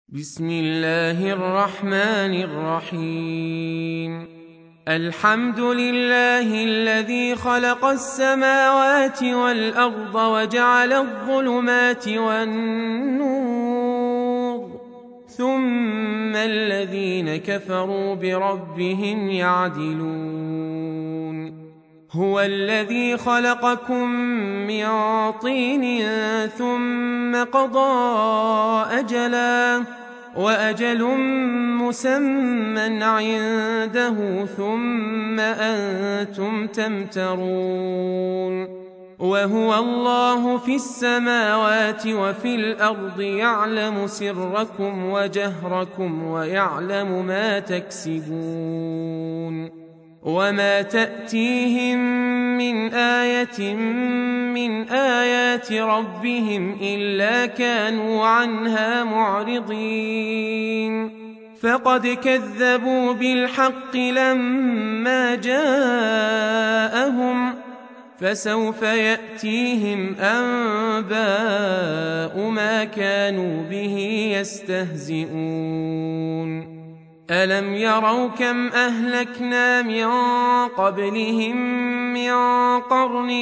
بسم الله الرحمن الرحيم. الحمد لله الذي خلق السماوات والأرض وجعل الظلمات والنور، ثم الذين كفروا بربهم يعدلون. هو الذي خلقكم من طين ثم قضى أجلا وأجل مسمى عنده ثم أنتم تمترون. وهو الله في السماوات وفي الأرض يعلم سركم وجهركم ويعلم ما تكسبون. وما تأتيهم من آية من آيات ربهم إلا كانوا عنها معرضين. فقد كذبوا بالحق لما جاءهم، فسوف يأتيهم أنباء ما كانوا به يستهزئون. ألم يروا كم أهلكنا من قبلهم من قرن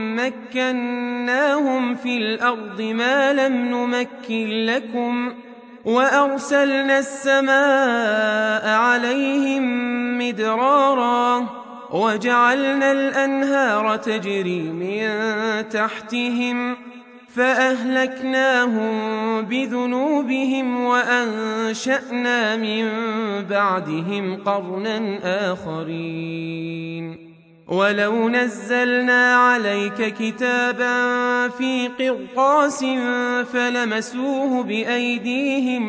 مكناهم في الأرض ما لم نمكن لكم، وأرسلنا السماء عليهم مدرارا وجعلنا الأنهار تجري من تحتهم فأهلكناهم بذنوبهم وأنشأنا من بعدهم قرنا آخرين. ولو نزلنا عليك كتابا في قرطاس فلمسوه بأيديهم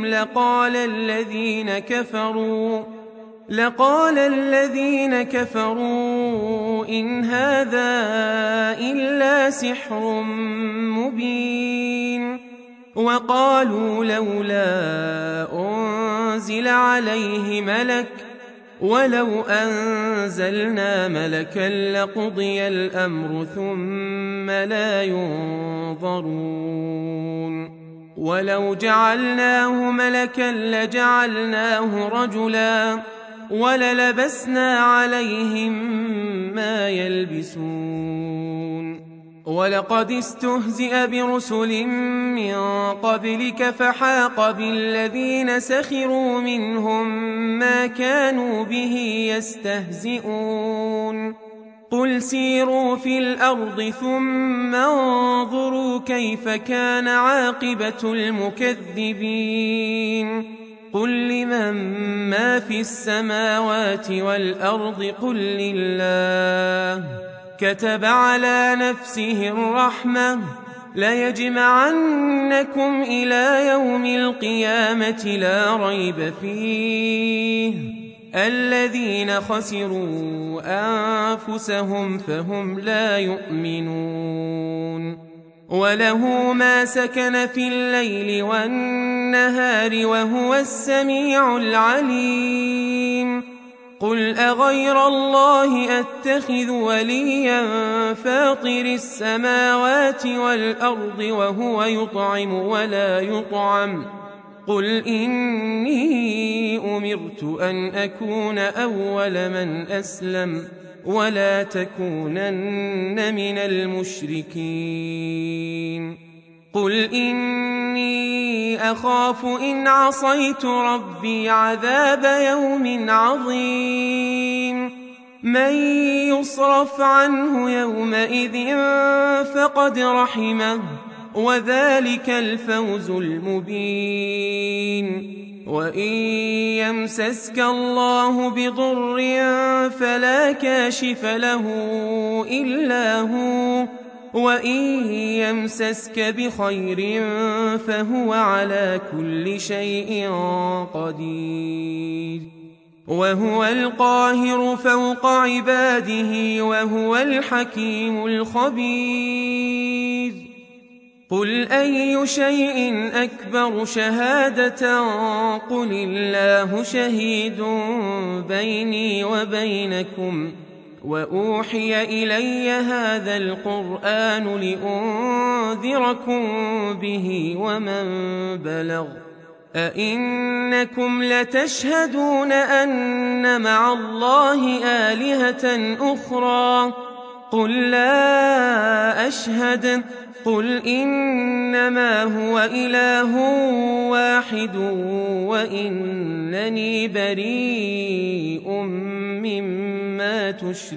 لقال الذين كفروا إن هذا إلا سحر مبين. وقالوا لولا أنزل عليه ملك ولو أنزلنا ملكا لقضي الأمر ثم لا ينظرون. ولو جعلناه ملكا لجعلناه رجلا وللبسنا عليهم ما يلبسون. ولقد استهزئ برسل من قبلك فحاق بالذين سخروا منهم ما كانوا به يستهزئون. قل سيروا في الأرض ثم انظروا كيف كان عاقبة المكذبين. قل لمن ما في السماوات والأرض قل لله. كتب على نفسه الرحمة ليجمعنكم إلى يوم القيامة لا ريب فيه. الذين خسروا أنفسهم فهم لا يؤمنون. وله ما سكن في الليل والنهار وهو السميع العليم. قل أغير الله أتخذ وليا فاطر السماوات والأرض وهو يطعم ولا يطعم. قل إني أمرت أن أكون أول من أسلم ولا تكونن من المشركين. قل إني أخاف إن عصيت ربي عذاب يوم عظيم. من يصرف عنه يومئذ فقد رحمه وذلك الفوز المبين. وإن يمسسك الله بضر فلا كاشف له إلا هو، وإن يمسسك بخير فهو على كل شيء قدير. وهو القاهر فوق عباده وهو الحكيم الخبير. قل أي شيء أكبر شهادة قل الله شهيد بيني وبينكم وأوحي إلي هذا القرآن لأنذركم به ومن بلغ أئنكم لتشهدون أن مع الله آلهة أخرى قل لا أشهد قل إنما هو إله واحد وإنني بريء مما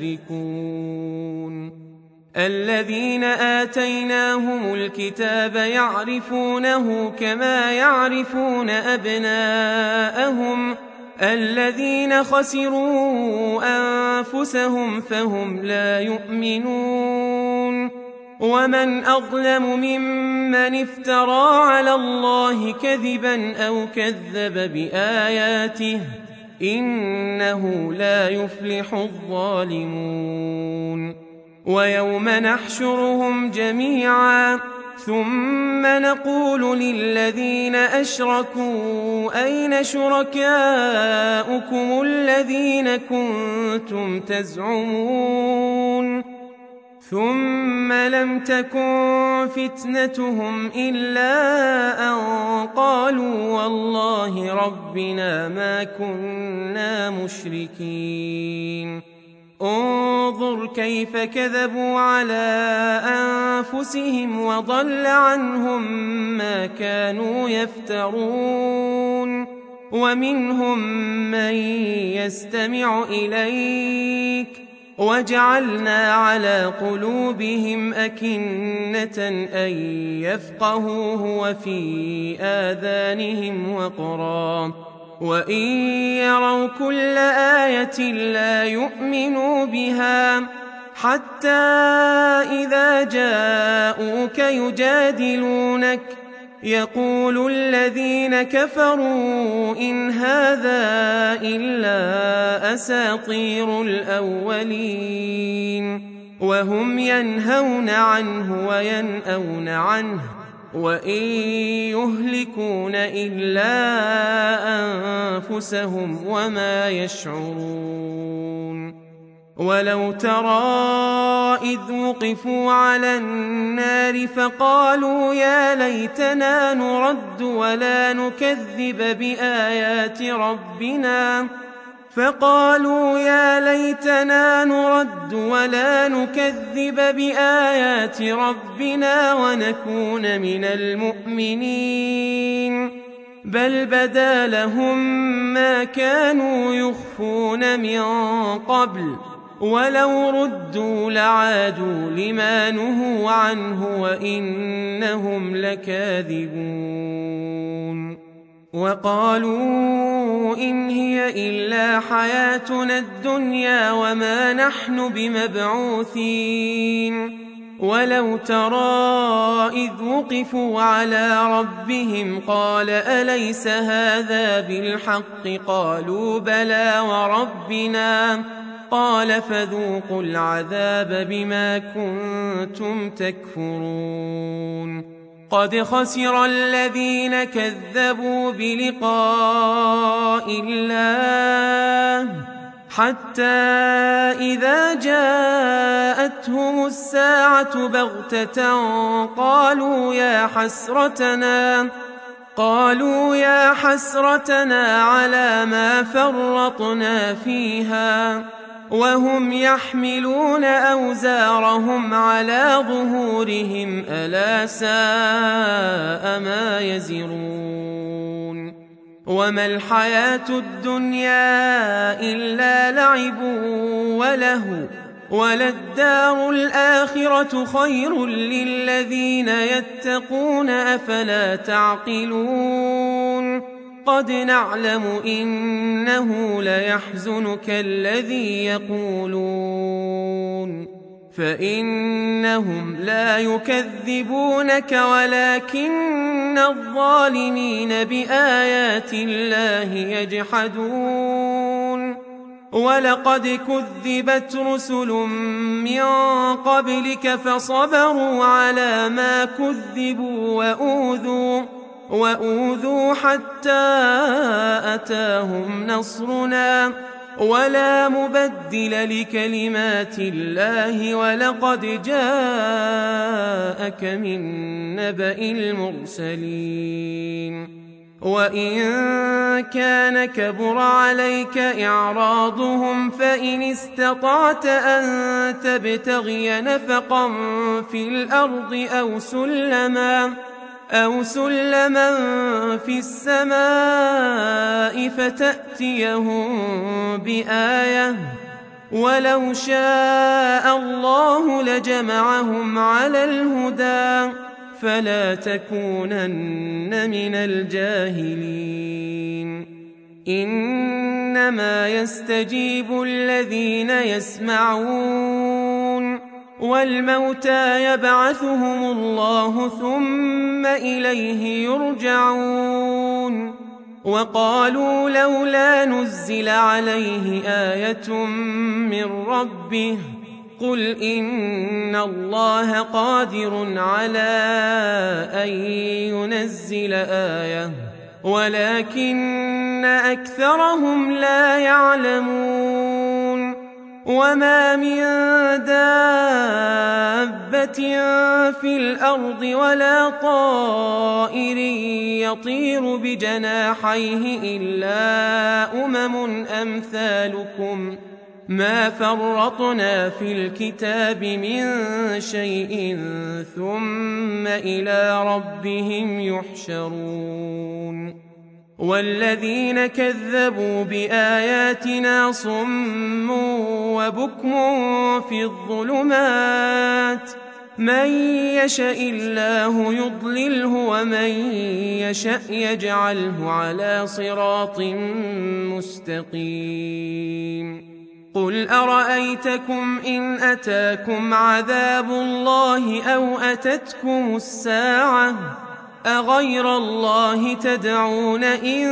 تشركون الذين آتيناهم الكتاب يعرفونه كما يعرفون أبناءهم الذين خسروا أنفسهم فهم لا يؤمنون ومن أظلم ممن افترى على الله كذبا أو كذب بآياته إنه لا يفلح الظالمون ويوم نحشرهم جميعا ثم نقول للذين أشركوا أين شركاؤكم الذين كنتم تزعمون ثم لم تكن فتنتهم إلا أن قالوا والله ربنا ما كنا مشركين انظر كيف كذبوا على أنفسهم وضل عنهم ما كانوا يفترون ومنهم من يستمع إليك وجعلنا على قلوبهم أكنة أن يفقهوه وفي آذانهم وقرا وإن يروا كل آية لا يؤمنوا بها حتى إذا جاءوك يجادلونك يقول الذين كفروا إن هذا إلا أساطير الأولين وهم ينهون عنه وينأون عنه وإن يهلكون إلا أنفسهم وما يشعرون ولو ترى إذ وقفوا على النار فقالوا يا ليتنا نرد ولا نكذب بآيات ربنا ونكون من المؤمنين بل بدا لهم ما كانوا يخفون من قبل ولو ردوا لعادوا لما نهوا عنه وإنهم لكاذبون وقالوا إن هي إلا حياتنا الدنيا وما نحن بمبعوثين ولو ترى إذ وقفوا على ربهم قال أليس هذا بالحق قالوا بلى وربنا قال فذوقوا العذاب بما كنتم تكفرون قد خسر الذين كذبوا بلقاء الله حتى إذا جاءتهم الساعة بغتة قالوا يا حسرتنا على ما فرطنا فيها وهم يحملون أوزارهم على ظهورهم ألا ساء ما يزرون وما الحياة الدنيا إلا لعب ولهو وللدار الآخرة خير للذين يتقون أفلا تعقلون قد نعلم إنه ليحزنك الذي يقولون فإنهم لا يكذبونك ولكن الظالمين بآيات الله يجحدون ولقد كذبت رسل من قبلك فصبروا على ما كذبوا وأوذوا حتى أتاهم نصرنا ولا مبدل لكلمات الله ولقد جاءك من نبأ المرسلين وإن كان كبر عليك إعراضهم فإن استطعت أن تبتغي نفقا في الأرض أو سلما في السماء فتأتيهم بآية ولو شاء الله لجمعهم على الهدى فلا تكونن من الجاهلين إنما يستجيب الذين يسمعون والموتى يبعثهم الله ثم إليه يرجعون وقالوا لولا نزل عليه آية من ربه قل إن الله قادر على أن ينزل آية ولكن أكثرهم لا يعلمون وما من دابة في الأرض ولا طائر يطير بجناحيه إلا أمم أمثالكم ما فرطنا في الكتاب من شيء ثم إلى ربهم يحشرون والذين كذبوا بآياتنا صم وبكم في الظلمات من يشاء الله يضلله ومن يشاء يجعله على صراط مستقيم قل أرأيتكم إن أتاكم عذاب الله أو أتتكم الساعة أغير الله تدعون إن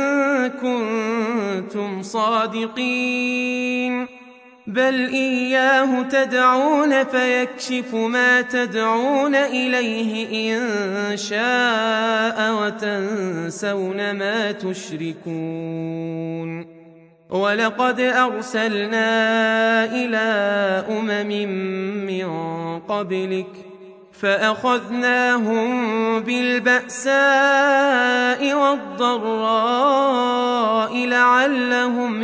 كنتم صادقين بل إياه تدعون فيكشف ما تدعون إليه إن شاء وتنسون ما تشركون ولقد أرسلنا إلى من قبلك فأخذناهم بالبأساء والضراء لعلهم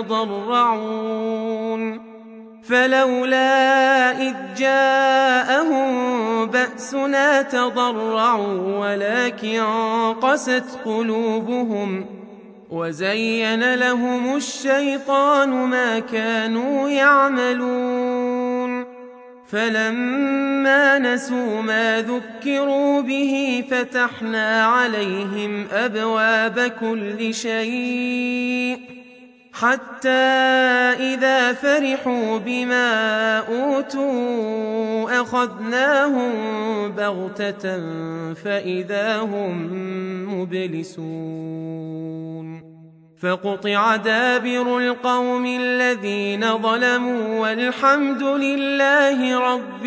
يتضرعون فلولا إذ جاءهم بأسنا تضرعوا ولكن قست قلوبهم وزين لهم الشيطان ما كانوا يعملون فلما نسوا ما ذكروا به فتحنا عليهم أبواب كل شيء حتى إذا فرحوا بما أوتوا أخذناهم بغتة فإذا هم مبلسون فقطع دابر القوم الذين ظلموا والحمد لله رب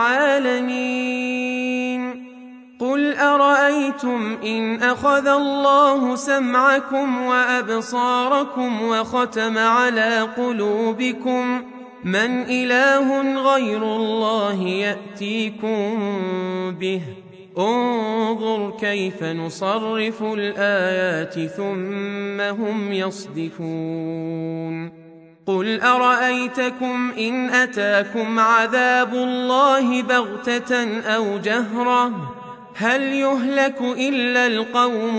العالمين قل أرأيتم إن أخذ الله سمعكم وأبصاركم وختم على قلوبكم من إله غير الله يأتيكم به انظر كيف نصرف الآيات ثم هم يصدفون قل أرأيتكم إن أتاكم عذاب الله بغتة أو جهرة هل يهلك إلا القوم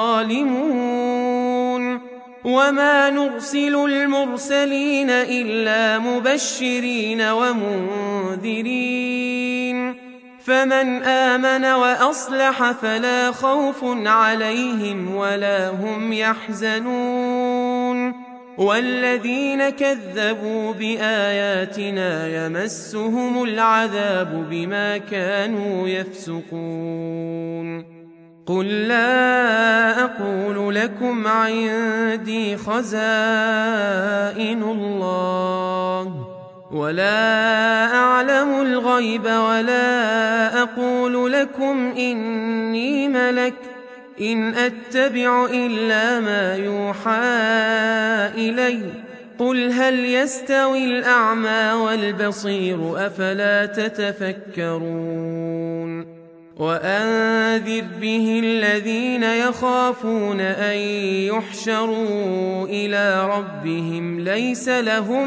الظالمون وما نرسل المرسلين إلا مبشرين ومنذرين فمن آمن وأصلح فلا خوف عليهم ولا هم يحزنون والذين كذبوا بآياتنا يمسهم العذاب بما كانوا يفسقون قل لا أقول لكم عندي خزائن الله ولا أعلم الغيب ولا أقول لكم إني ملك إن أتبع إلا ما يوحى إلي قل هل يستوي الأعمى والبصير أفلا تتفكرون وأنذر به الذين يخافون أن يحشروا إلى ربهم ليس لهم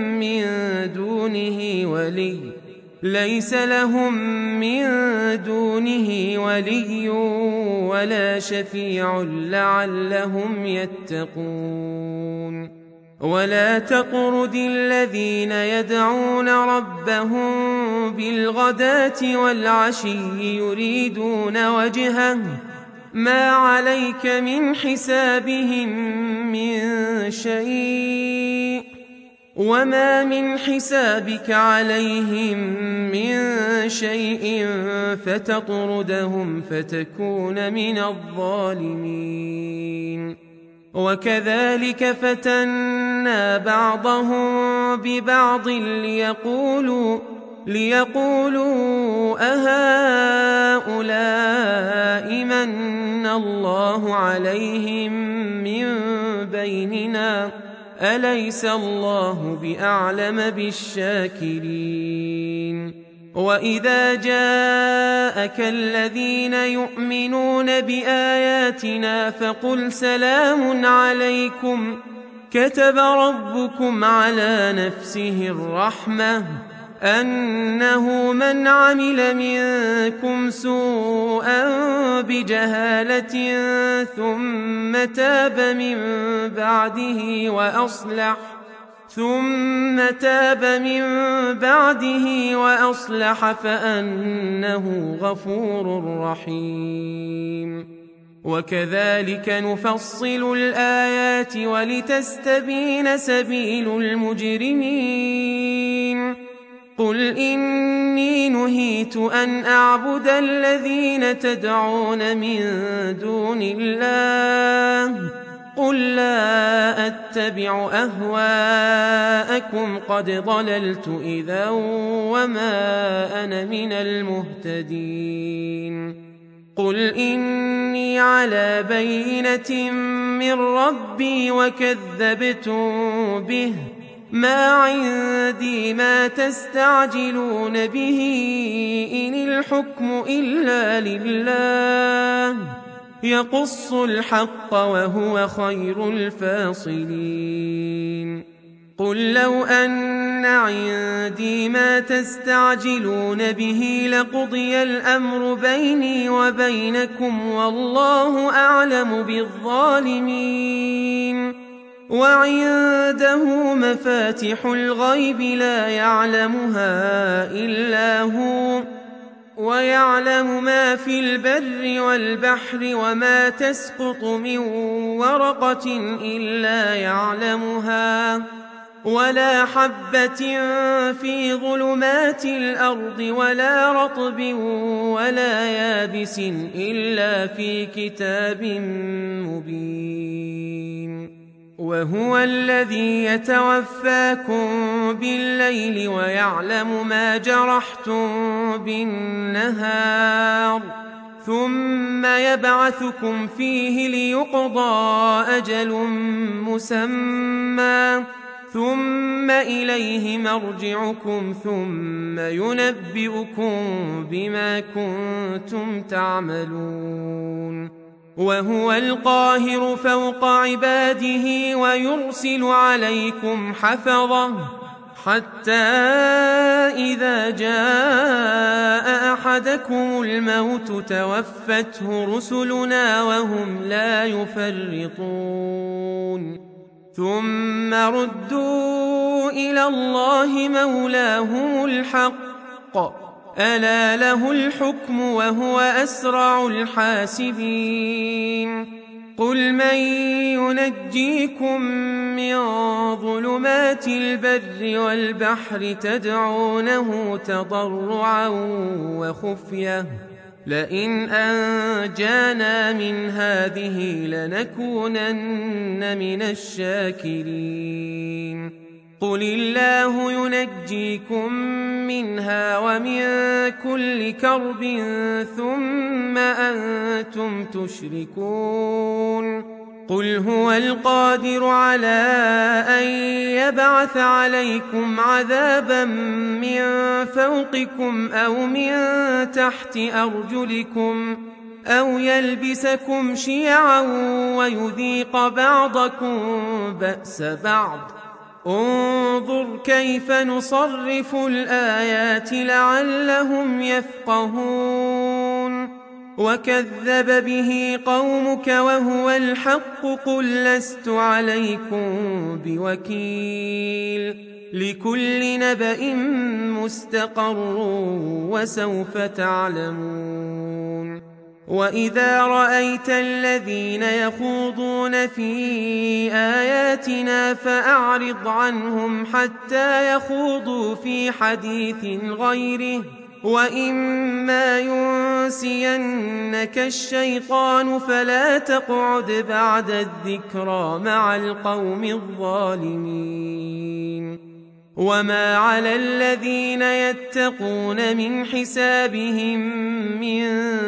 من دونه ولي ولا شفيع لعلهم يتقون. ولا تطرد الذين يدعون ربهم بالغداة والعشي يريدون وجهه ما عليك من حسابهم من شيء وما من حسابك عليهم من شيء فتطردهم فتكون من الظالمين. وكذلك فتنا بعضهم ببعض ليقولوا أهؤلاء من الله عليهم من بيننا أليس الله بأعلم بالشاكرين. وإذا جاءك الذين يؤمنون بآياتنا فقل سلام عليكم كتب ربكم على نفسه الرحمة أنه من عمل منكم سوءا بجهالة ثم تاب من بعده وأصلح فأنه غفور رحيم. وكذلك نفصل الآيات ولتستبين سبيل المجرمين. قل إني نهيت أن أعبد الذين تدعون من دون الله قل لا أتبع أهواءكم قد ضللت إذا وما أنا من المهتدين. قل إني على بينة من ربي وكذبتم به ما عندي ما تستعجلون به إن الحكم إلا لله يقص الحق وهو خير الفاصلين. قل لو أن عندي ما تستعجلون به لقضي الأمر بيني وبينكم والله أعلم بالظالمين. وعنده مفاتح الغيب لا يعلمها إلا هو ويعلم ما في البر والبحر وما تسقط من ورقة إلا يعلمها ولا حبة في ظلمات الأرض ولا رطب ولا يابس إلا في كتاب مبين. وهو الذي يتوفاكم بالليل ويعلم ما جرحتم بالنهار ثم يبعثكم فيه ليقضى أجل مسمى ثم إليه مرجعكم ثم ينبئكم بما كنتم تعملون. وهو القاهر فوق عباده ويرسل عليكم حفظة حتى إذا جاء أحدكم الموت توفته رسلنا وهم لا يفرطون ثم ردوا إلى الله مولاهم الحق ألا له الحكم وهو أسرع الحاسبين. قل من ينجيكم من ظلمات البر والبحر تدعونه تضرعا وخفية لئن أنجانا من هذه لنكونن من الشاكرين. قل الله ينجيكم منها ومن كل كرب ثم أنتم تشركون. قل هو القادر على أن يبعث عليكم عذابا من فوقكم أو من تحت أرجلكم أو يلبسكم شيعا ويذيق بعضكم بأس بعض. انظر كيف نصرف الآيات لعلهم يفقهون. وكذب به قومك وهو الحق قل لست عليكم بوكيل. لكل نبأ مستقر وسوف تعلمون. وإذا رأيت الذين يخوضون في آياتنا فأعرض عنهم حتى يخوضوا في حديث غيره، وإما ينسينك الشيطان فلا تقعد بعد الذكرى مع القوم الظالمين. وما على الذين يتقون من حسابهم من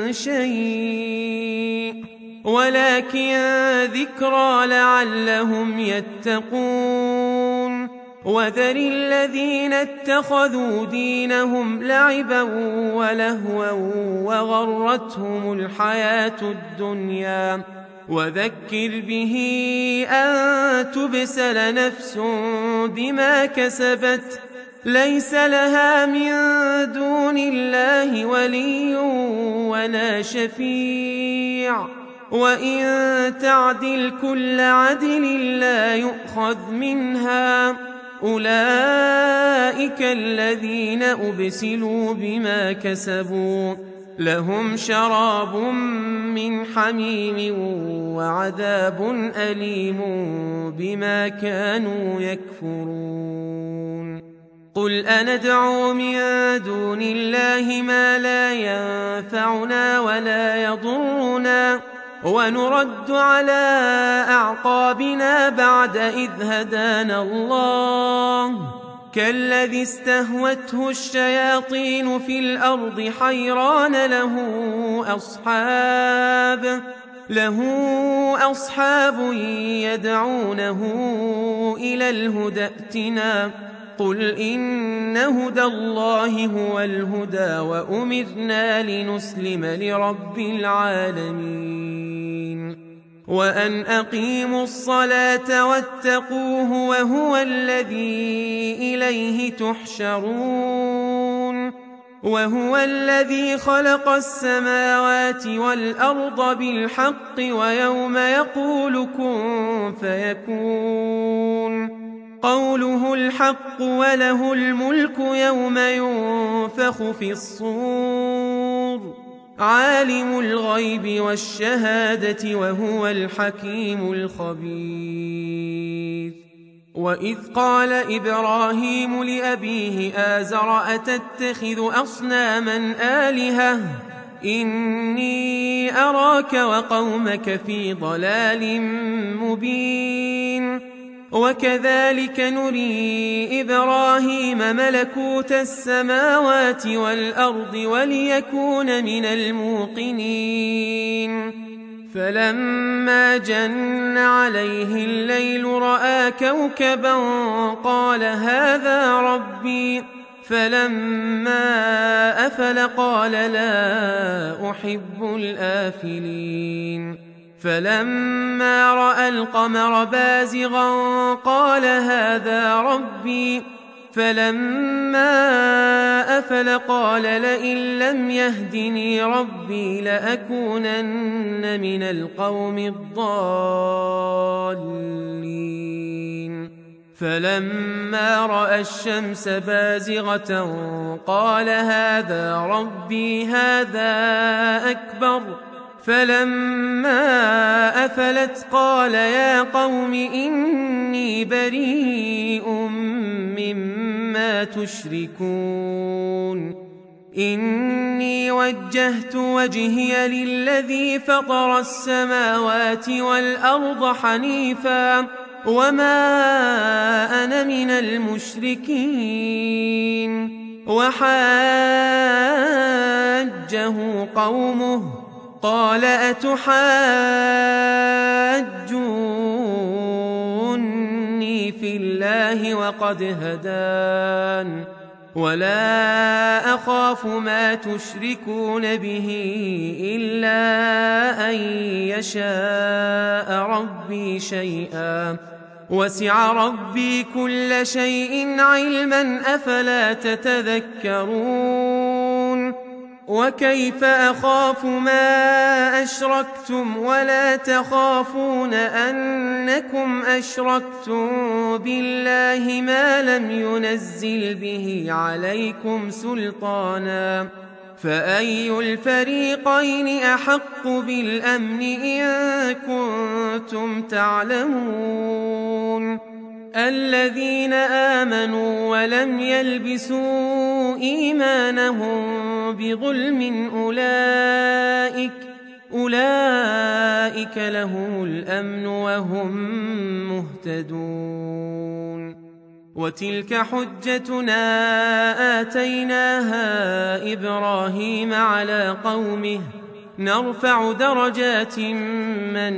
شيء ولكن ذكرى لعلهم يتقون. وذر الذين اتخذوا دينهم لعبا ولهوا وغرتهم الحياة الدنيا، وذكر به أن تبسل نفس بما كسبت ليس لها من دون الله ولي ولا شفيع، وإن تعدل كل عدل لا يؤخذ منها. أولئك الذين أبسلوا بما كسبوا لهم شراب من حميم وعذاب أليم بما كانوا يكفرون. قل أندعو من دون الله ما لا ينفعنا ولا يضرنا ونرد على أعقابنا بعد إذ هدانا الله كالذي استهوته الشياطين في الأرض حيران له أصحاب يدعونه إلى الهدى ائتنا. قل إن هدى الله هو الهدى وأمرنا لنسلم لرب العالمين وأن أقيموا الصلاة واتقوه وهو الذي إليه تحشرون. وهو الذي خلق السماوات والأرض بالحق ويوم يقول كن فيكون قوله الحق وله الملك يوم ينفخ في الصور عالم الغيب والشهادة وهو الحكيم الخبير. وإذ قال إبراهيم لأبيه آزر أتتخذ أصناما آلهة إني أراك وقومك في ضلال مبين. وكذلك نري إبراهيم ملكوت السماوات والأرض وليكون من الموقنين. فلما جن عليه الليل رأى كوكبا قال هذا ربي فلما أفل قال لا أحب الآفلين. فلما رأى القمر بازغا قال هذا ربي فلما أفل قال لئن لم يهدني ربي لأكونن من القوم الضالين. فلما رأى الشمس بازغة قال هذا ربي هذا أكبر. فلما أفلت قال يا قوم إني بريء مما تشركون. إني وجهت وجهي للذي فطر السماوات والأرض حنيفا وما أنا من المشركين. وحاجه قومه قال أتحاجوني في الله وقد هدان ولا أخاف ما تشركون به إلا أن يشاء ربي شيئا وسع ربي كل شيء علما أفلا تتذكرون وكيف أخاف ما أشركتم ولا تخافون أنكم أشركتم بالله ما لم ينزل به عليكم سلطانا فأي الفريقين أحق بالأمن إن كنتم تعلمون الذين آمنوا ولم يلبسوا إيمانهم بظلم أولئك لهم الأمن وهم مهتدون وتلك حجتنا آتيناها إبراهيم على قومه نرفع درجات من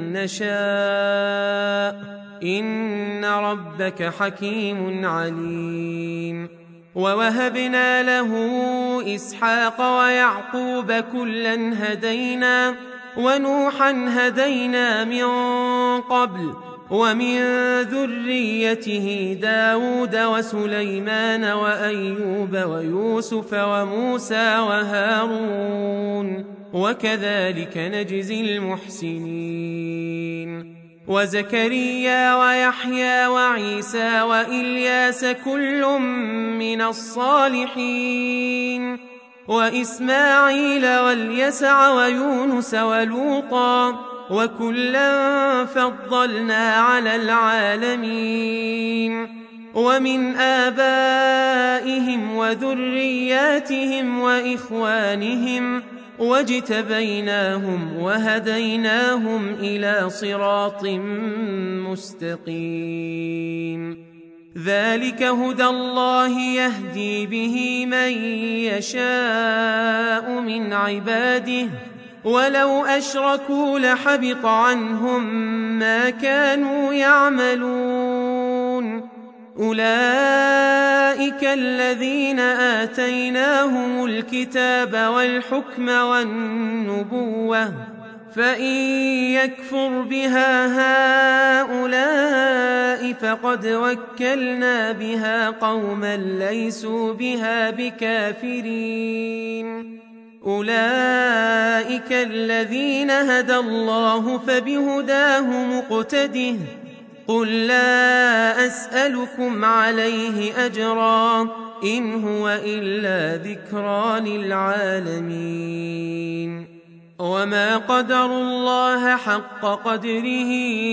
نشاء إن ربك حكيم عليم ووهبنا له إسحاق ويعقوب كلا هدينا ونوحا هدينا من قبل ومن ذريته داود وسليمان وأيوب ويوسف وموسى وهارون وكذلك نجزي المحسنين وزكريا ويحيى وعيسى وإلياس كل من الصالحين وإسماعيل واليسع ويونس ولوطا وكلا فضلنا على العالمين ومن آبائهم وذرياتهم وإخوانهم واجتبيناهم وهديناهم إلى صراط مستقيم ذلك هدى الله يهدي به من يشاء من عباده ولو أشركوا لحبط عنهم ما كانوا يعملون أولئك الذين آتيناهم الكتاب والحكم والنبوة فإن يكفر بها هؤلاء فقد وكلنا بها قوما ليسوا بها بكافرين أولئك الذين هدى الله فبهداه مقتده قل لا أسألكم عليه أجرا إن هو إلا ذكرى للعالمين وما قدروا الله حق قدره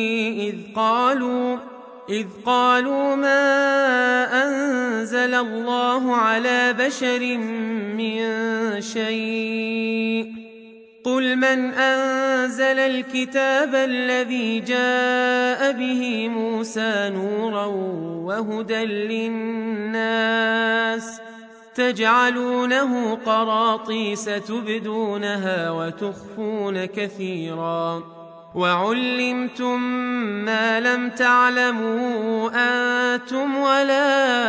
إذ قالوا ما أنزل الله على بشر من شيء قل من أنزل الكتاب الذي جاء به موسى نورا وهدى للناس تجعلونه قراطيس تبدونها وتخفون كثيرا وعلمتم ما لم تعلموا أنتم ولا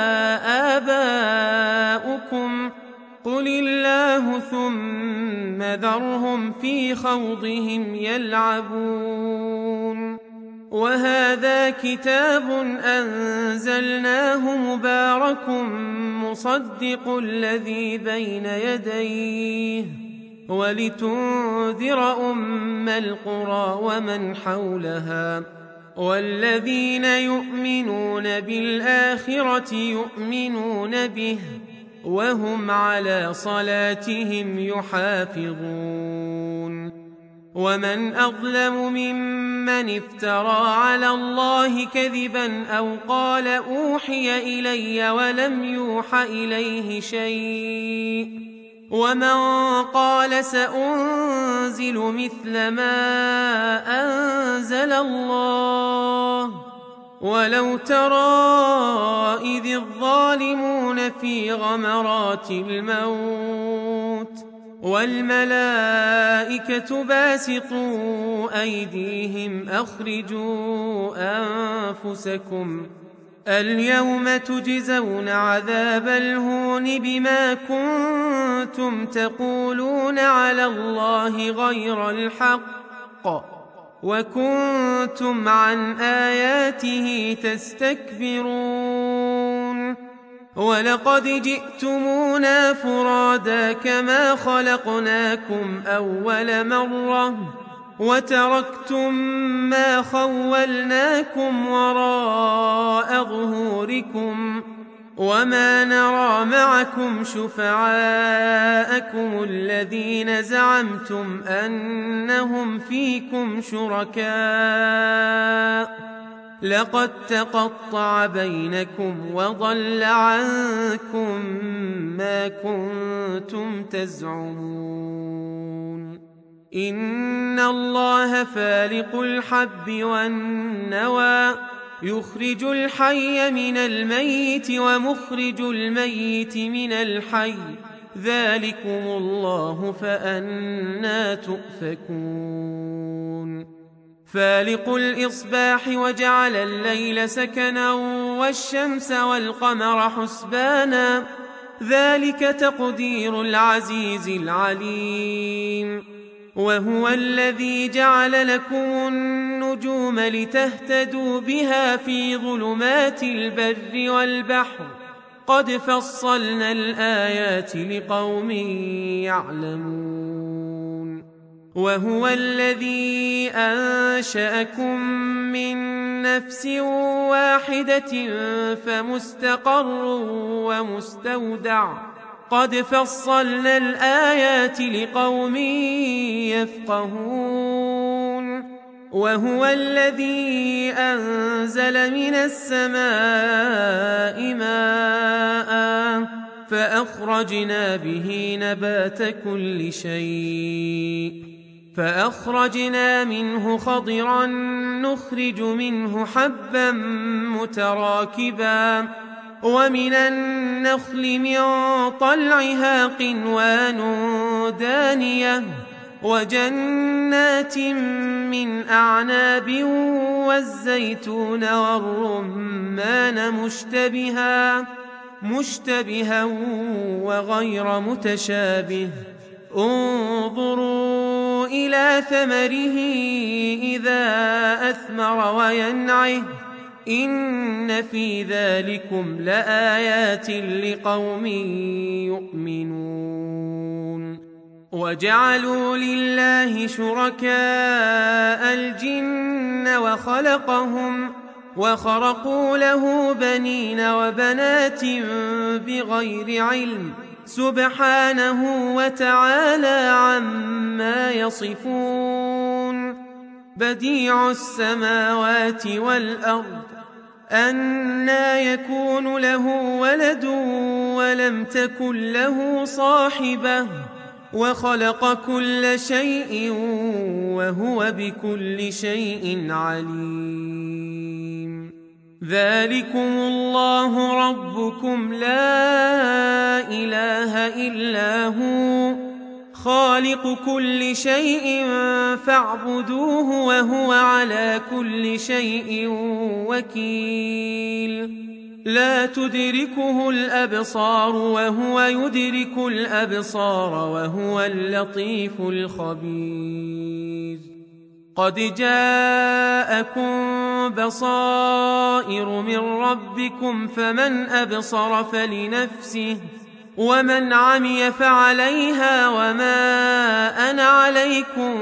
آباؤكم قل الله ثم ذرهم في خوضهم يلعبون وهذا كتاب أنزلناه مبارك مصدق الذي بين يديه ولتنذر أم القرى ومن حولها والذين يؤمنون بالآخرة يؤمنون به وهم على صلاتهم يحافظون ومن أظلم ممن افترى على الله كذبا أو قال أوحي إلي ولم يوح إليه شيء ومن قال سأنزل مثل ما أنزل الله ولو ترى إذ الظالمون في غمرات الموت والملائكة باسطوا أيديهم أخرجوا أنفسكم اليوم تجزون عذاب الهون بما كنتم تقولون على الله غير الحق وكنتم عن آياته تستكبرون ولقد جئتمونا فرادا كما خلقناكم أول مرة وتركتم ما خولناكم وراء ظهوركم وما نرى معكم شفعاءكم الذين زعمتم أنهم فيكم شركاء لقد تقطع بينكم وضل عنكم ما كنتم تزعمون إن الله فالق الحب والنوى يخرج الحي من الميت ومخرج الميت من الحي ذلكم الله فأنى تؤفكون فالق الإصباح وجعل الليل سكنا والشمس والقمر حسبانا ذلك تقدير العزيز العليم وهو الذي جعل لكم النجوم لتهتدوا بها في ظلمات البر والبحر قد فصلنا الآيات لقوم يعلمون وهو الذي أنشأكم من نفس واحدة فمستقر ومستودع قد فصلنا الآيات لقوم يفقهون وهو الذي أنزل من السماء ماء فأخرجنا به نبات كل شيء فأخرجنا منه خضرا نخرج منه حبا متراكبا ومن النخل من طلعها قنوان دانية وجنات من أعناب والزيتون والرمان مشتبها وغير متشابه انظروا إلى ثمره إذا أثمر وينعه إن في ذلكم لآيات لقوم يؤمنون وجعلوا لله شركاء الجن وخرقوا له بنين وبنات بغير علم سبحانه وتعالى عما يصفون بديع السماوات والأرض أنى يكون له ولد ولم تكن له صاحبة وخلق كل شيء وهو بكل شيء عليم ذلكم الله ربكم لا إله إلا هو خالق كل شيء فاعبدوه وهو على كل شيء وكيل لا تدركه الأبصار وهو يدرك الأبصار وهو اللطيف الخبير قد جاءكم بصائر من ربكم فمن أبصر فلنفسه ومن عمي فعليها وما أنا عليكم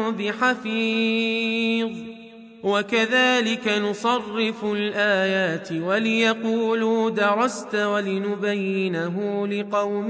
بحفيظ وكذلك نصرف الآيات وليقولوا درست ولنبينه لقوم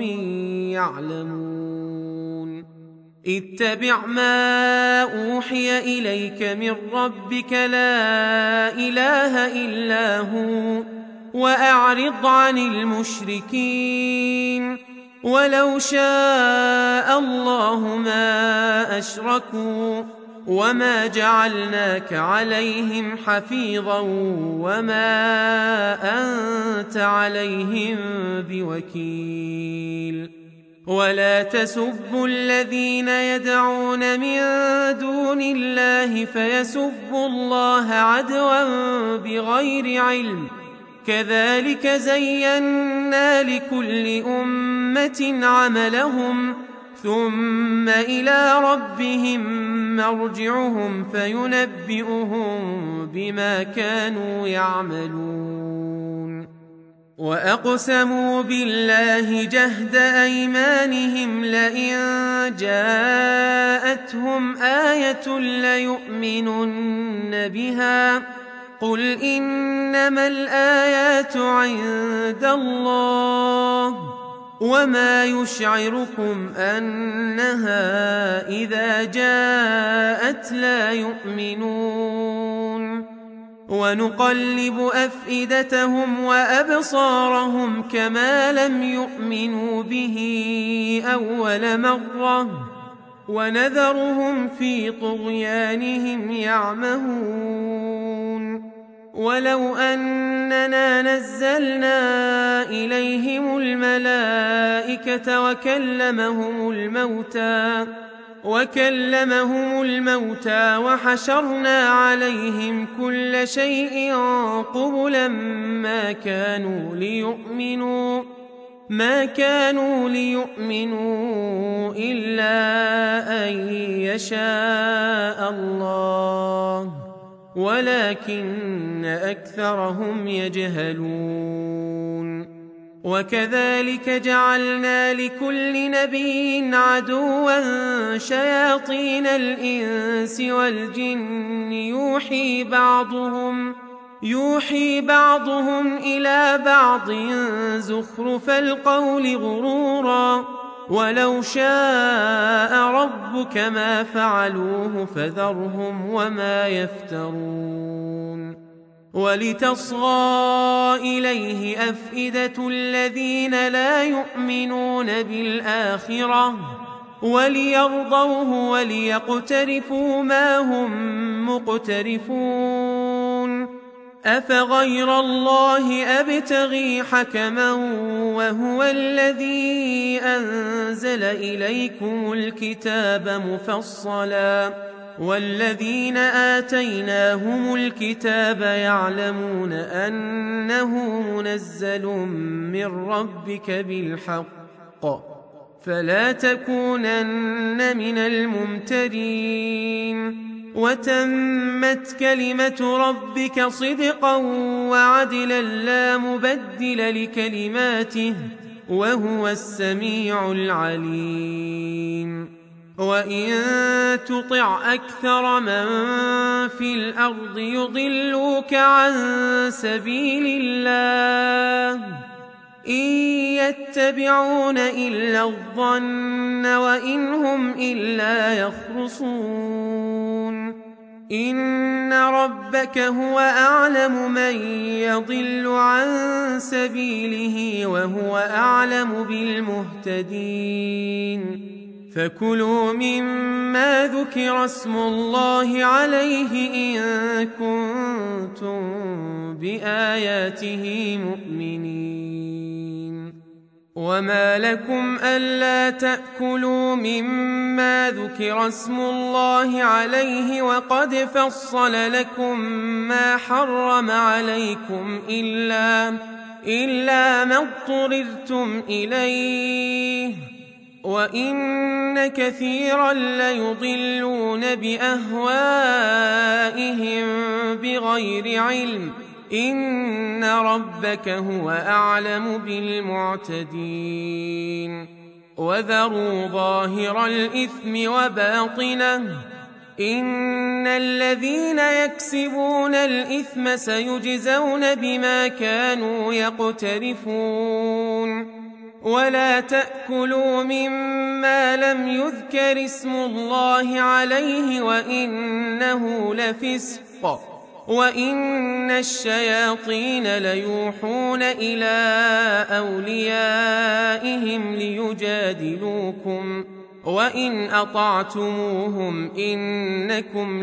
يعلمون اتبع ما أوحي إليك من ربك لا إله إلا هو وأعرض عن المشركين ولو شاء الله ما أشركوا وما جعلناك عليهم حفيظا وما أنت عليهم بوكيل ولا تسبوا الذين يدعون من دون الله فيسبوا الله عدوا بغير علم كذلك زينا لكل أمة عملهم ثم إلى ربهم مرجعهم فينبئهم بما كانوا يعملون وأقسموا بالله جهد أيمانهم لئن جاءتهم آية ليؤمنن بها قل إنما الآيات عند الله وما يشعركم أنها إذا جاءت لا يؤمنون ونقلب أفئدتهم وأبصارهم كما لم يؤمنوا به أول مرة ونذرهم في طغيانهم يعمهون ولو أننا نزلنا إليهم الملائكة وكلمهم الموتى وحشرنا عليهم كل شيء قبلا ما كانوا ليؤمنوا إلا أن يشاء الله ولكن أكثرهم يجهلون وكذلك جعلنا لكل نبي عدوا شياطين الإنس والجن يوحي بعضهم إلى بعض زخرف القول غرورا ولو شاء ربك ما فعلوه فذرهم وما يفترون ولتصغى إليه أفئدة الذين لا يؤمنون بالآخرة وليرضوه وليقترفوا ما هم مقترفون أفغير الله أبتغي حكما وهو الذي أنزل إليكم الكتاب مفصلا والذين آتيناهم الكتاب يعلمون أنه منزل من ربك بالحق فلا تكونن من الممترين وتمت كلمة ربك صدقا وعدلا لا مبدل لكلماته وهو السميع العليم وإن تطع أكثر من في الأرض يضلوك عن سبيل الله إن يتبعون إلا الظن وإن هم إلا يخرصون إن ربك هو أعلم من يضل عن سبيله وهو أعلم بالمهتدين فكلوا مما ذكر اسم الله عليه إن كنتم بآياته مؤمنين وما لكم ألا تأكلوا مما ذكر اسم الله عليه وقد فصل لكم ما حرم عليكم إلا ما اضطررتم إليه وإن كثيرا ليضلون بأهوائهم بغير علم إن ربك هو أعلم بالمعتدين وذروا ظاهر الإثم وباطنه إن الذين يكسبون الإثم سيجزون بما كانوا يقترفون ولا تأكلوا مما لم يذكر اسم الله عليه وإنه لفسق وإن الشياطين ليوحون إلى أوليائهم ليجادلوكم وإن أطعتموهم إنكم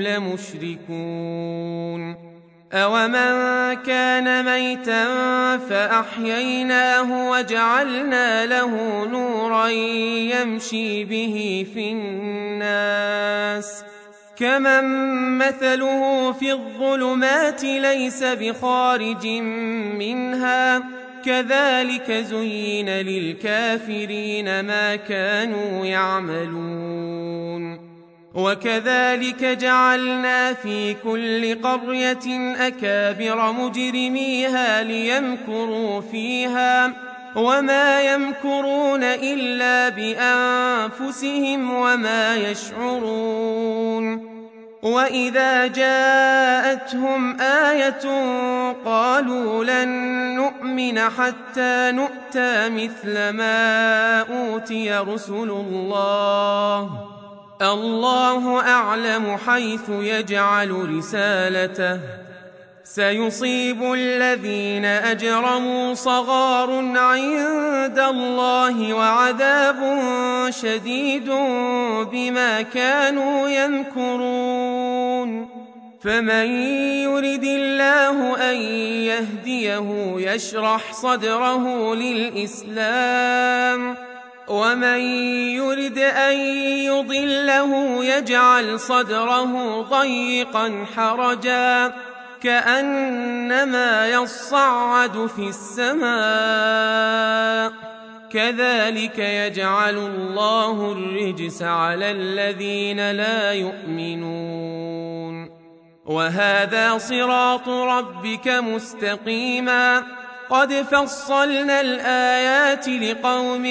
لمشركون أومن كان ميتا فأحييناه وجعلنا له نورا يمشي به في الناس كمن مثله في الظلمات ليس بخارج منها كذلك زين للكافرين ما كانوا يعملون وكذلك جعلنا في كل قرية أكابر مجرميها ليمكروا فيها وما يمكرون إلا بأنفسهم وما يشعرون وإذا جاءتهم آية قالوا لن نؤمن حتى نؤتى مثل ما أوتي رسل الله أعلم حيث يجعل رسالته سيصيب الذين أجرموا صغار عند الله وعذاب شديد بما كانوا يمكرون فمن يرد الله أن يهديه يشرح صدره للإسلام ومن يرد أن يضله يجعل صدره ضيقا حرجا كأنما يصعد في السماء كذلك يجعل الله الرجس على الذين لا يؤمنون وهذا صراط ربك مستقيما قد فصلنا الآيات لقوم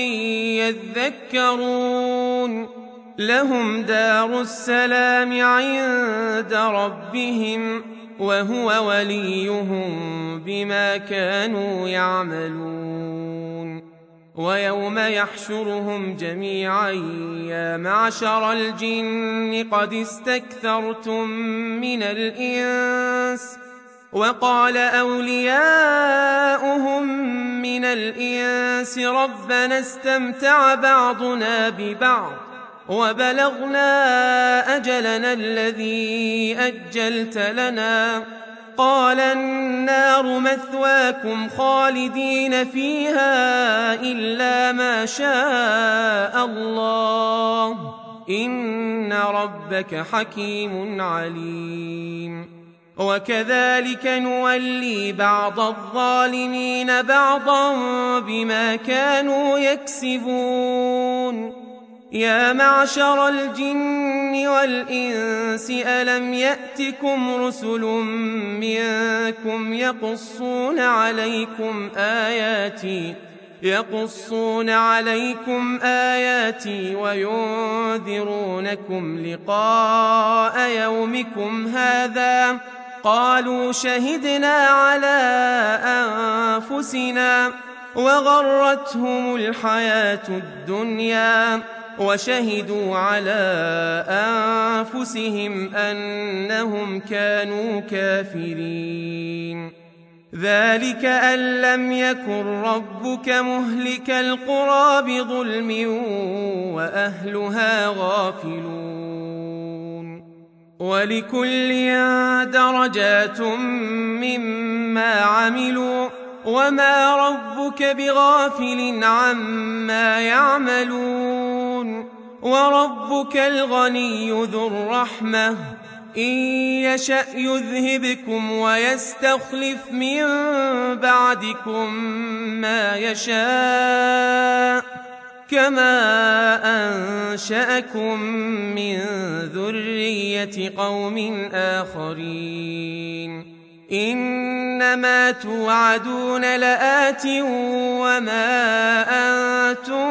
يذكرون لهم دار السلام عند ربهم وهو وليهم بما كانوا يعملون ويوم يحشرهم جميعا يا معشر الجن قد استكثرتم من الإنس وقال أولياؤهم من الإنس ربنا استمتع بعضنا ببعض وبلغنا أجلنا الذي أجلت لنا قال النار مثواكم خالدين فيها إلا ما شاء الله إن ربك حكيم عليم وكذلك نولي بعض الظالمين بعضا بما كانوا يكسبون يا معشر الجن والإنس ألم يأتكم رسل منكم يقصون عليكم آياتي وينذرونكم لقاء يومكم هذا قالوا شهدنا على أنفسنا وغرتهم الحياة الدنيا وشهدوا على أنفسهم أنهم كانوا كافرين ذلك أن لم يكن ربك مهلك القرى بظلم وأهلها غافلون ولكل درجات مما عملوا وما ربك بغافل عما يعملون وربك الغني ذو الرحمة إن يشأ يذهبكم ويستخلف من بعدكم ما يشاء كما أنشأكم من ذرية قوم آخرين إنما توعدون لآت وما أنتم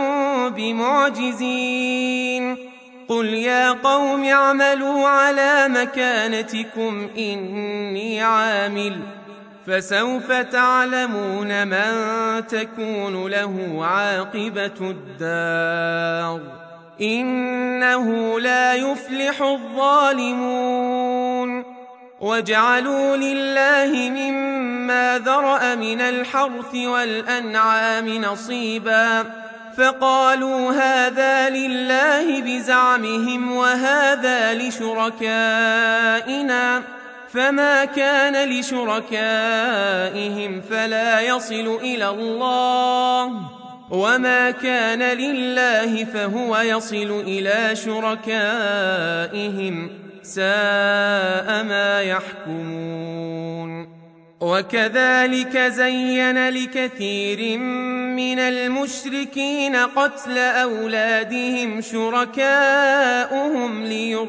بمعجزين قل يا قوم اعملوا على مكانتكم إني عامل فسوف تعلمون من تكون له عاقبة الدار إنه لا يفلح الظالمون وجعلوا لله مما ذرأ من الحرث والأنعام نصيبا فقالوا هذا لله بزعمهم وهذا لشركائنا فما كان لشركائهم فلا يصل إلى الله وما كان لله فهو يصل إلى شركائهم ساء ما يحكمون. وكذلك زين لكثير من المشركين قتل أولادهم شركاؤهم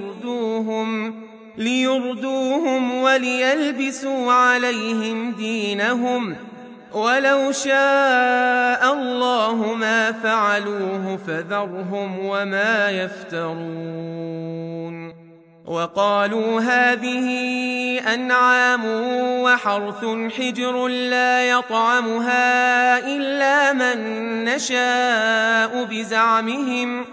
ليردوهم وليلبسوا عليهم دينهم، ولو شاء الله ما فعلوه فذرهم وما يفترون. وقالوا هذه أنعام وحرث حجر لا يطعمها إلا من نشاء بزعمهم،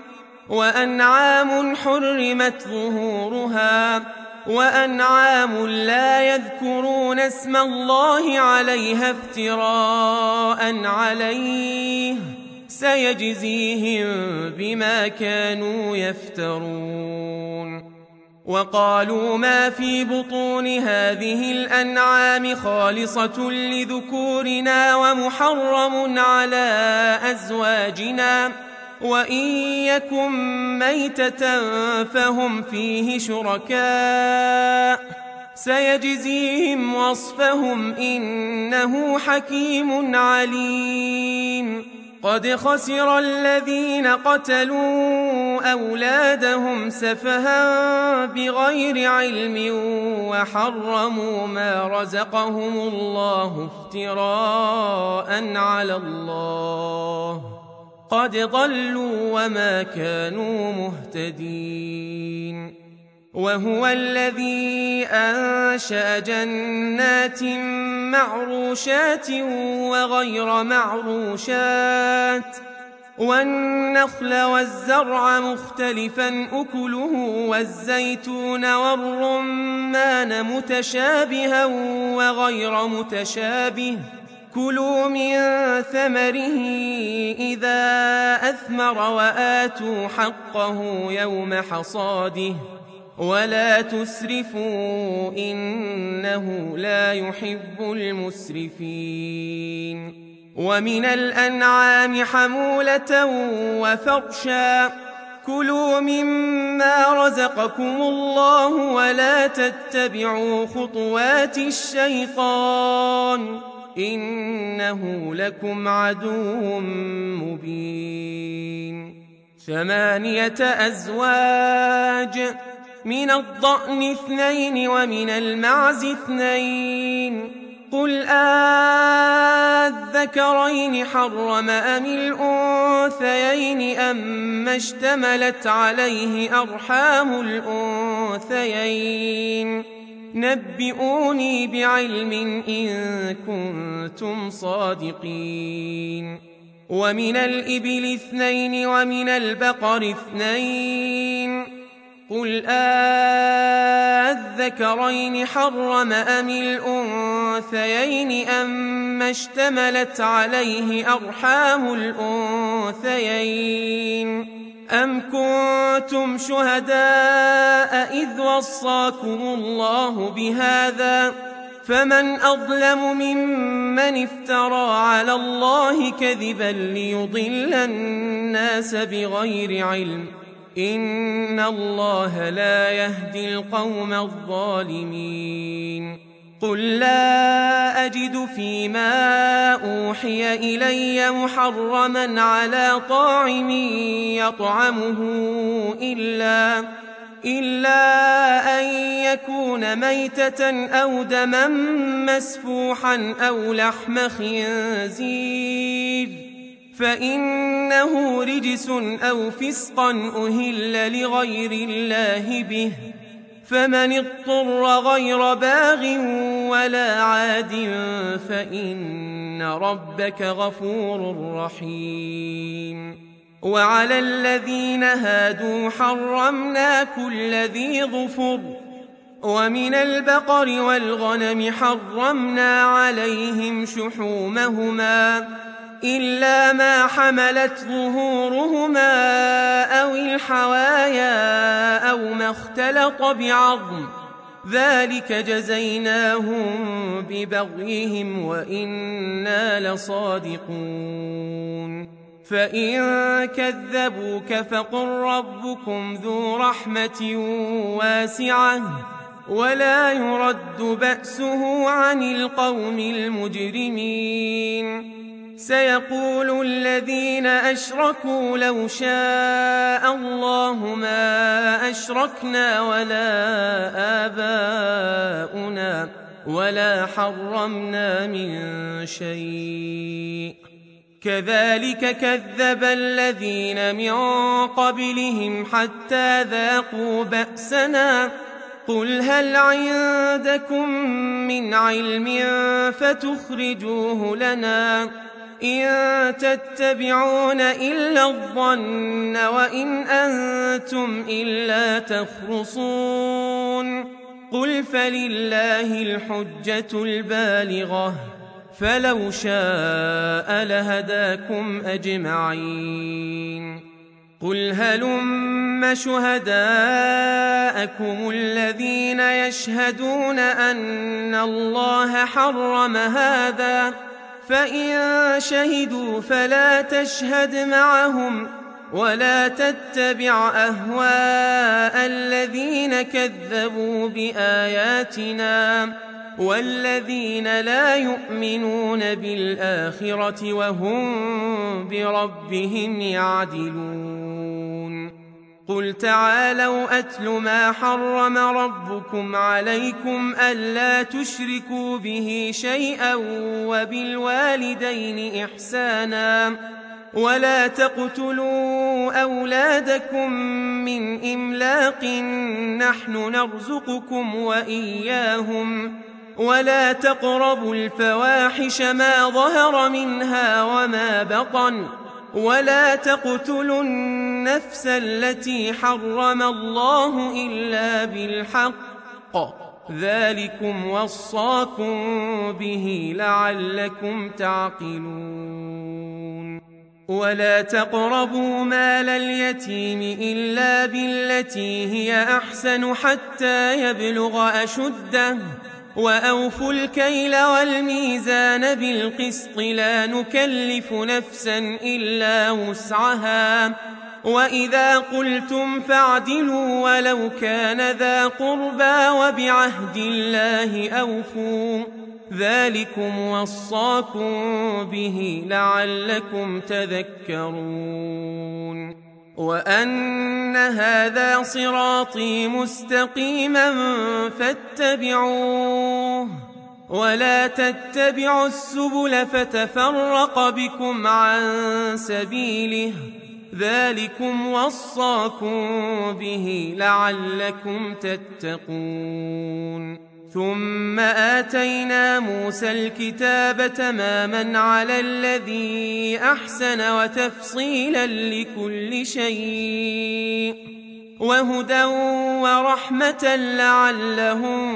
وأنعام حرمت ظهورها، وأنعام لا يذكرون اسم الله عليها افتراء عليه، سيجزيهم بما كانوا يفترون. وقالوا ما في بطون هذه الأنعام خالصة لذكورنا ومحرم على أزواجنا، وإن يكن ميتة فهم فيه شركاء، سيجزيهم وصفهم إنه حكيم عليم. قد خسر الذين قتلوا أولادهم سفها بغير علم وحرموا ما رزقهم الله افتراء على الله، قد ضلوا وما كانوا مهتدين. وهو الذي أنشأ جنات معروشات وغير معروشات، والنخل والزرع مختلفا أكله، والزيتون والرمان متشابها وغير متشابه، كلوا من ثمره إذا أثمر وآتوا حقه يوم حصاده، ولا تسرفوا إنه لا يحب المسرفين. ومن الأنعام حمولة وفرشا، كلوا مما رزقكم الله ولا تتبعوا خطوات الشيطان إنه لكم عدو مبين. 8 أزواج، من الضأن 2 ومن المعز 2، قل أذكرين حرم أم الأنثيين أما اشتملت عليه أرحام الأنثيين، نبئوني بعلم إن كنتم صادقين. ومن الإبل 2 ومن البقر 2، قل أذكرين حرم أم الأنثيين أما اشتملت عليه أرحام الأنثيين، أم كنتم شهداء إذ وصاكم الله بهذا، فمن أظلم ممن افترى على الله كذبا ليضل الناس بغير علم، إن الله لا يهدي القوم الظالمين. قل لا أجد فيما أوحي إلي محرما على طاعم يطعمه إلا أن يكون ميتة أو دما مسفوحا أو لحم خنزير، فإنه رجس أو فسقا أهل لغير الله به، فمن اضطر غير باغ ولا عاد فإن ربك غفور رحيم. وعلى الذين هادوا حرمنا كل ذي ظفر، ومن البقر والغنم حرمنا عليهم شحومهما إلا ما حملت ظهورهما أو الحوايا أو ما اختلط بعظم، ذلك جزيناهم ببغيهم وإنا لصادقون. فإن كذبوك فقل ربكم ذو رحمة واسعة ولا يرد بأسه عن القوم المجرمين. سيقول الذين أشركوا لو شاء الله ما أشركنا ولا آباؤنا ولا حرمنا من شيء كذلك كذب الذين من قبلهم حتى ذاقوا بأسنا قل هل عندكم من علم فتخرجوه لنا إن تتبعون إلا الظن وإن أنتم إلا تخرصون قل فلله الحجة البالغة فلو شاء لهداكم أجمعين. قل هلم شهداءكم الذين يشهدون أن الله حرم هذا فإن شهدوا فلا تشهد معهم ولا تتبع أهواء الذين كذبوا بآياتنا والذين لا يؤمنون بالآخرة وهم بربهم يعدلون. قل تعالوا أتل ما حرم ربكم عليكم ألا تشركوا به شيئا وبالوالدين إحسانا ولا تقتلوا أولادكم من إملاق نحن نرزقكم وإياهم ولا تقربوا الفواحش ما ظهر منها وما بطن ولا تقتلوا النفس التي حرم الله إلا بالحق ذلكم وصاكم به لعلكم تعقلون. ولا تقربوا مال اليتيم إلا بالتي هي أحسن حتى يبلغ أشده وأوفوا الكيل والميزان بالقسط لا نكلف نفسا إلا وسعها وإذا قلتم فاعدلوا ولو كان ذا قربى وبعهد الله أوفوا ذلكم وصاكم به لعلكم تذكرون. وأن هذا صراطي مستقيما فاتبعوه ولا تتبعوا السبل فتفرق بكم عن سبيله ذلكم وصاكم به لعلكم تتقون. ثم آتينا موسى الكتاب تماما على الذي أحسن وتفصيلا لكل شيء وهدى ورحمة لعلهم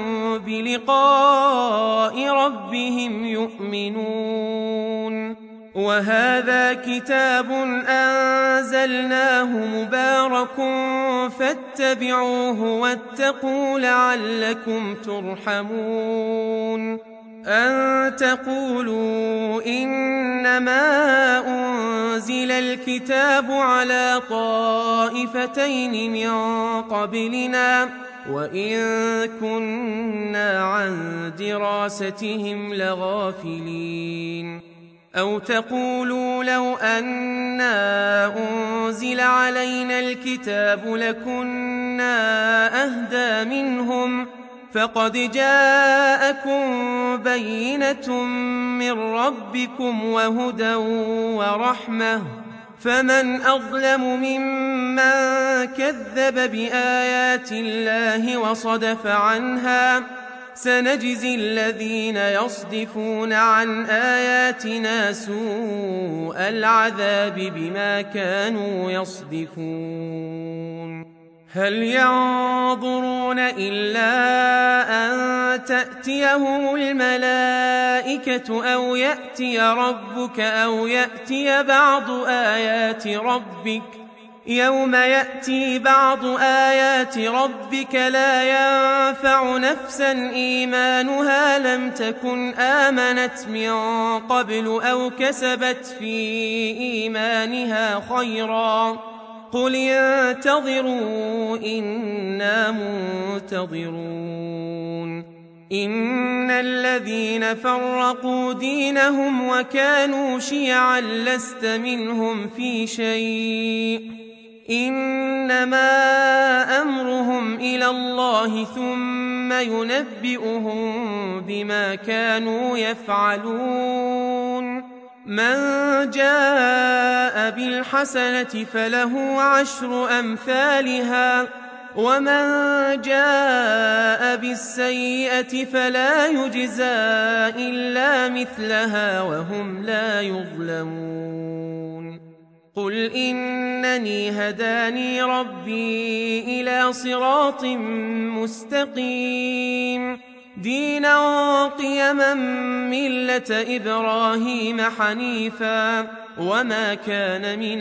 بلقاء ربهم يؤمنون. وهذا كتاب أنزلناه مبارك فاتبعوه واتقوا لعلكم ترحمون. أن تقولوا إنما أنزل الكتاب على طائفتين من قبلنا وإن كنا عن دراستهم لغافلين. أو تقولوا لو أنا أنزل علينا الكتاب لكنا أهدى منهم فقد جاءكم بينة من ربكم وهدى ورحمة فمن أظلم ممن كذب بآيات الله وصدف عنها سنجزي الذين يصدفون عن آياتنا سوء العذاب بما كانوا يصدفون. هل ينظرون إلا أن تأتيهم الملائكة أو يأتي ربك أو يأتي بعض آيات ربك يوم يأتي بعض آيات ربك لا ينفع نفسا إيمانها لم تكن آمنت من قبل أو كسبت في إيمانها خيرا قل انتظروا إنا منتظرون إن الذين فرقوا دينهم وكانوا شيعا لست منهم في شيء إنما أمرهم إلى الله ثم ينبئهم بما كانوا يفعلون من جاء بالحسنة فله 10 أمثالها ومن جاء بالسيئة فلا يجزى إلا مثلها وهم لا يظلمون قل إنني هداني ربي إلى صراط مستقيم دينا قيما ملة إبراهيم حنيفا وما كان من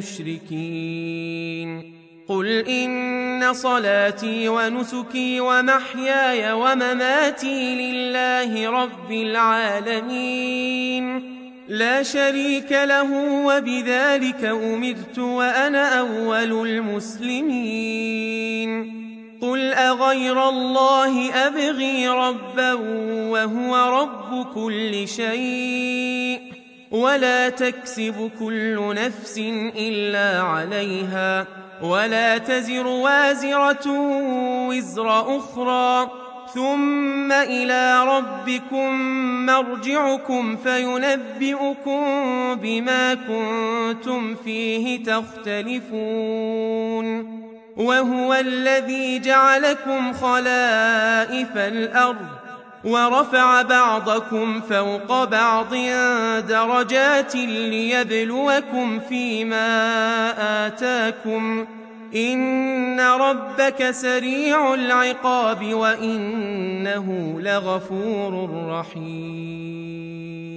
المشركين قل إن صلاتي ونسكي ومحياي ومماتي لله رب العالمين لا شريك له وبذلك أمرت وأنا أول المسلمين قل أغير الله أبغي ربا وهو رب كل شيء ولا تكسب كل نفس إلا عليها ولا تزر وازرة وزر أخرى ثم إلى ربكم مرجعكم فينبئكم بما كنتم فيه تختلفون وهو الذي جعلكم خلائف الأرض ورفع بعضكم فوق بعض درجات ليبلوكم فيما آتاكم إن ربك سريع العقاب وإنه لغفور رحيم